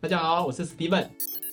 大家好，我是 Steven。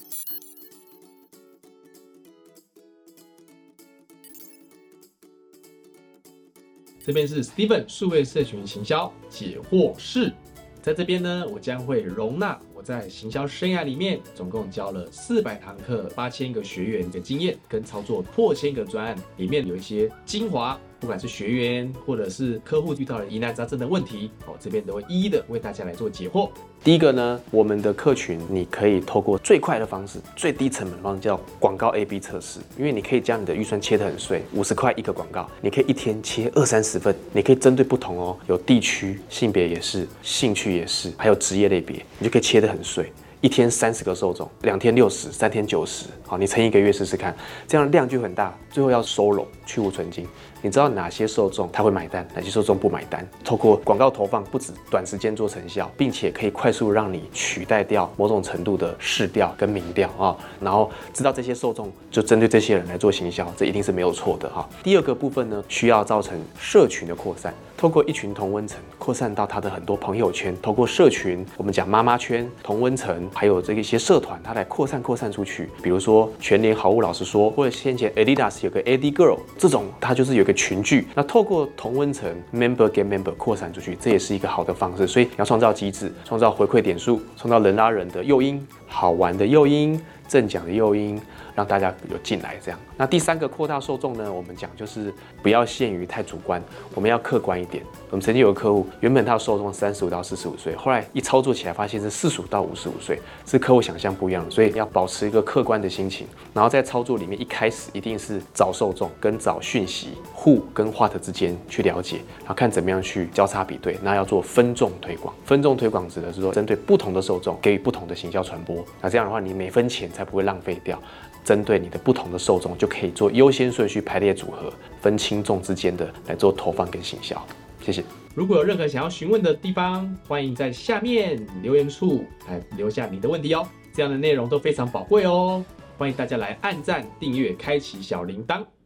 这边是 Steven 数位社群行销解惑室，在这边呢，我将会容纳我在行销生涯里面总共教了400堂课、8000个学员的经验，跟操作破千个专案，里面有一些精华，不管是学员或者是客户遇到了疑难杂症的问题，这边都会一一的为大家来做解惑。 第一个呢，我们的客群你可以透过最快的方式、最低成本的方式，叫广告 A/B 测试。因为你可以将你的预算切得很碎，50块一个广告，你可以一天切20-30份，你可以针对不同哦，有地区、性别也是，兴趣也是，还有职业类别，你就可以切得很碎。一天30个受众，2天60，3天90，好，你乘1个月试试看，这样量就很大。最后要收拢，去无存精。你知道哪些受众他会买单，哪些受众不买单？透过广告投放，不止短时间做成效，并且可以快速让你取代掉某种程度的市调跟民调啊。然后知道这些受众，就针对这些人来做行销，这一定是没有错的哈。第二个部分呢，需要造成社群的扩散，透过一群同温层扩散到他的很多朋友圈，透过社群，我们讲妈妈圈、同温层，还有这一些社团，它来扩散出去。比如说全联好物老实说，或者先前 Adidas 有个 Adi Girl， 这种它就是有个群聚，那透过同温层 member get member 扩散出去，这也是一个好的方式。所以你要创造机制，创造回馈点数，创造人拉人的诱因，好玩的诱因，正奖的诱因，让大家有进来这样。那第三个扩大受众呢，我们讲就是不要限于太主观，我们要客观一点。我们曾经有个客户，原本他的受众35到45岁，后来一操作起来发现是45到55岁，是客户想象不一样的，所以要保持一个客观的心情。然后在操作里面，一开始一定是找受众跟找讯息，who 跟 what 之间去了解，然后看怎么样去交叉比对。那要做分众推广，分众推广指的是说针对不同的受众给予不同的行销传播。那这样的话，你每分钱才不会浪费掉。针对你的不同的受众，就可以做优先顺序排列组合，分轻重之间的来做投放跟行销。谢谢。 如果有任何想要询问的地方，欢迎在下面留言处来留下你的问题哦。这样的内容都非常宝贵哦，欢迎大家来按赞、订阅、开启小铃铛。